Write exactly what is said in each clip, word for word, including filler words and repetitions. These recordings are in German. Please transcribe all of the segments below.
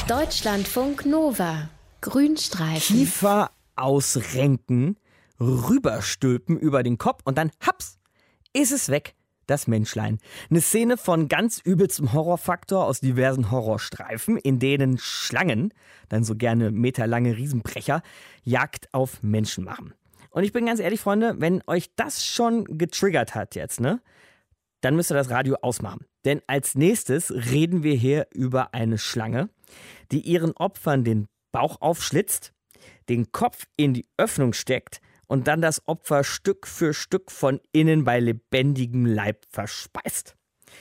Deutschlandfunk Nova. Grünstreifen. Kiefer ausrenken, rüberstülpen über den Kopf und dann, haps, ist es weg, das Menschlein. Eine Szene von ganz übelstem Horrorfaktor aus diversen Horrorstreifen, in denen Schlangen, dann so gerne meterlange Riesenbrecher, Jagd auf Menschen machen. Und ich bin ganz ehrlich, Freunde, wenn euch das schon getriggert hat jetzt, ne, dann müsst ihr das Radio ausmachen. Denn als nächstes reden wir hier über eine Schlange, die ihren Opfern den Bauch aufschlitzt, den Kopf in die Öffnung steckt und dann das Opfer Stück für Stück von innen bei lebendigem Leib verspeist.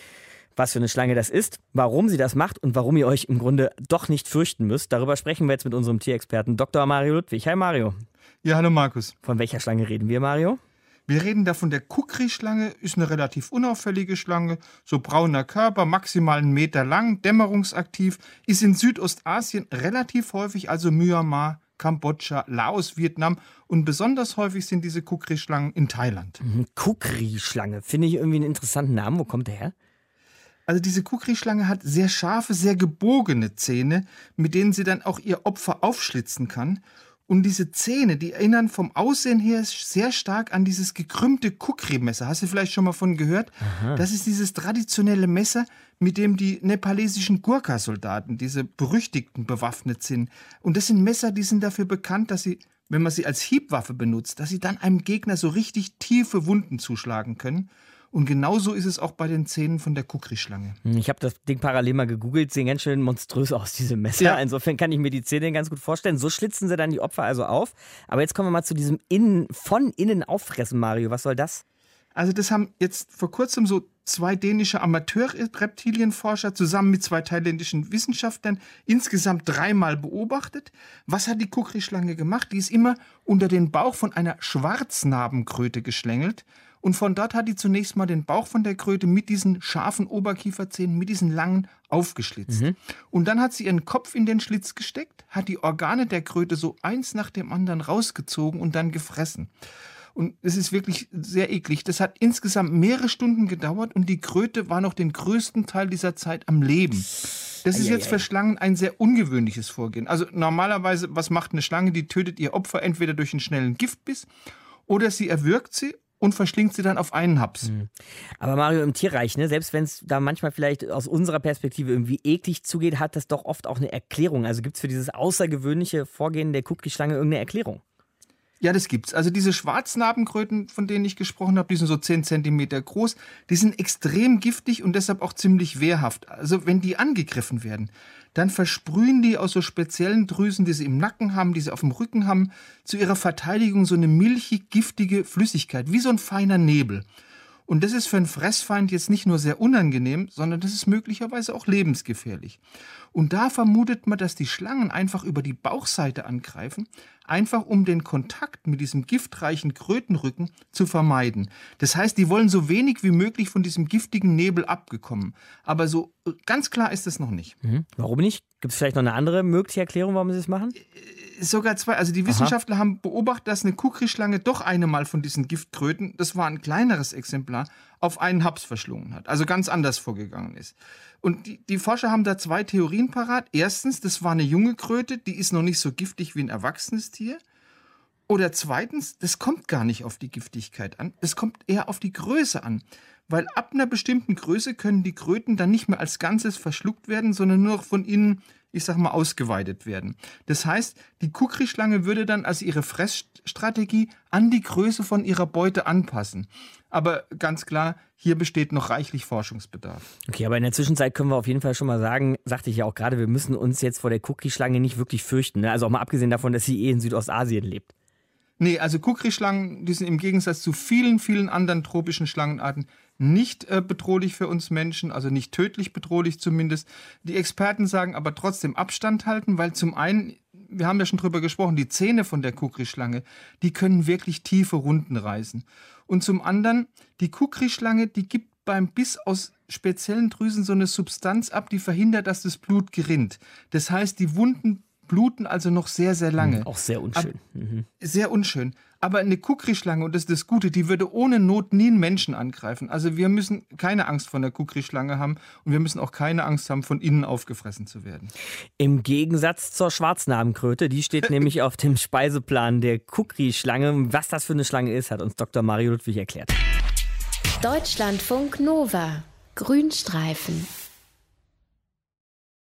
Was für eine Schlange das ist, warum sie das macht und warum ihr euch im Grunde doch nicht fürchten müsst, darüber sprechen wir jetzt mit unserem Tierexperten Doktor Mario Ludwig. Hi Mario. Ja, hallo Markus. Von welcher Schlange reden wir, Mario? Wir reden da von der Kukri-Schlange, ist eine relativ unauffällige Schlange, so brauner Körper, maximal einen Meter lang, dämmerungsaktiv, ist in Südostasien relativ häufig, also Myanmar, Kambodscha, Laos, Vietnam und besonders häufig sind diese Kukri-Schlangen in Thailand. Mhm, Kukri-Schlange, finde ich irgendwie einen interessanten Namen. Wo kommt der her? Also diese Kukri-Schlange hat sehr scharfe, sehr gebogene Zähne, mit denen sie dann auch ihr Opfer aufschlitzen kann. Und diese Zähne, die erinnern vom Aussehen her sehr stark an dieses gekrümmte Kukri-Messer. Hast du vielleicht schon mal von gehört? Aha. Das ist dieses traditionelle Messer, mit dem die nepalesischen Gurkha-Soldaten, diese berüchtigten, bewaffnet sind. Und das sind Messer, die sind dafür bekannt, dass sie, wenn man sie als Hiebwaffe benutzt, dass sie dann einem Gegner so richtig tiefe Wunden zuschlagen können. Und genauso ist es auch bei den Zähnen von der Kukri-Schlange. Ich habe das Ding parallel mal gegoogelt, sehen ganz schön monströs aus, diese Messer. Ja. Insofern kann ich mir die Zähne ganz gut vorstellen. So schlitzen sie dann die Opfer also auf. Aber jetzt kommen wir mal zu diesem Innen, von innen auffressen, Mario. Was soll das? Also das haben jetzt vor kurzem so zwei dänische Amateur-Reptilienforscher zusammen mit zwei thailändischen Wissenschaftlern insgesamt dreimal beobachtet. Was hat die Kukri-Schlange gemacht? Die ist immer unter den Bauch von einer Schwarznarbenkröte geschlängelt. Und von dort hat die zunächst mal den Bauch von der Kröte mit diesen scharfen Oberkieferzähnen, mit diesen langen aufgeschlitzt. Mhm. Und dann hat sie ihren Kopf in den Schlitz gesteckt, hat die Organe der Kröte so eins nach dem anderen rausgezogen und dann gefressen. Und es ist wirklich sehr eklig. Das hat insgesamt mehrere Stunden gedauert und die Kröte war noch den größten Teil dieser Zeit am Leben. Das ist jetzt für Schlangen ein sehr ungewöhnliches Vorgehen. Also normalerweise, was macht eine Schlange? Die tötet ihr Opfer entweder durch einen schnellen Giftbiss oder sie erwürgt sie und verschlingt sie dann auf einen Haps. Aber Mario, im Tierreich, ne, selbst wenn es da manchmal vielleicht aus unserer Perspektive irgendwie eklig zugeht, hat das doch oft auch eine Erklärung. Also gibt es für dieses außergewöhnliche Vorgehen der Kukri-Schlange irgendeine Erklärung? Ja, das gibt's. Also diese Schwarznarbenkröten, von denen ich gesprochen habe, die sind so zehn Zentimeter groß, die sind extrem giftig und deshalb auch ziemlich wehrhaft. Also wenn die angegriffen werden, dann versprühen die aus so speziellen Drüsen, die sie im Nacken haben, die sie auf dem Rücken haben, zu ihrer Verteidigung so eine milchig giftige Flüssigkeit, wie so ein feiner Nebel. Und das ist für einen Fressfeind jetzt nicht nur sehr unangenehm, sondern das ist möglicherweise auch lebensgefährlich. Und da vermutet man, dass die Schlangen einfach über die Bauchseite angreifen, einfach um den Kontakt mit diesem giftreichen Krötenrücken zu vermeiden. Das heißt, die wollen so wenig wie möglich von diesem giftigen Nebel abgekommen. Aber so ganz klar ist das noch nicht. Mhm. Warum nicht? Gibt es vielleicht noch eine andere mögliche Erklärung, warum sie das machen? Sogar zwei. Also die Wissenschaftler Aha. haben beobachtet, dass eine Kukri-Schlange doch eine Mal von diesen Giftkröten, das war ein kleineres Exemplar, auf einen Haps verschlungen hat. Also ganz anders vorgegangen ist. Und die, die Forscher haben da zwei Theorien parat. Erstens, das war eine junge Kröte, die ist noch nicht so giftig wie ein erwachsenes Tier. Oder zweitens, das kommt gar nicht auf die Giftigkeit an, es kommt eher auf die Größe an. Weil ab einer bestimmten Größe können die Kröten dann nicht mehr als Ganzes verschluckt werden, sondern nur noch von innen, ich sag mal, ausgeweidet werden. Das heißt, die Kukri-Schlange würde dann also ihre Fressstrategie an die Größe von ihrer Beute anpassen. Aber ganz klar, hier besteht noch reichlich Forschungsbedarf. Okay, aber in der Zwischenzeit können wir auf jeden Fall schon mal sagen, sagte ich ja auch gerade, wir müssen uns jetzt vor der Kukri-Schlange nicht wirklich fürchten. Ne? Also auch mal abgesehen davon, dass sie eh in Südostasien lebt. Nee, also Kukri-Schlangen, die sind im Gegensatz zu vielen, vielen anderen tropischen Schlangenarten nicht äh, bedrohlich für uns Menschen, also nicht tödlich bedrohlich zumindest. Die Experten sagen aber trotzdem Abstand halten, weil zum einen, wir haben ja schon drüber gesprochen, die Zähne von der Kukri-Schlange, die können wirklich tiefe Wunden reißen. Und zum anderen, die Kukri-Schlange, die gibt beim Biss aus speziellen Drüsen so eine Substanz ab, die verhindert, dass das Blut gerinnt. Das heißt, die Wunden bluten also noch sehr, sehr lange. Auch sehr unschön. Aber, mhm. Sehr unschön. Aber eine Kukri-Schlange, und das ist das Gute, die würde ohne Not nie einen Menschen angreifen. Also wir müssen keine Angst vor einer Kukri-Schlange haben und wir müssen auch keine Angst haben, von innen aufgefressen zu werden. Im Gegensatz zur Schwarznarbenkröte, die steht nämlich auf dem Speiseplan der Kukri-Schlange. Was das für eine Schlange ist, hat uns Doktor Mario Ludwig erklärt. Deutschlandfunk Nova. Grünstreifen.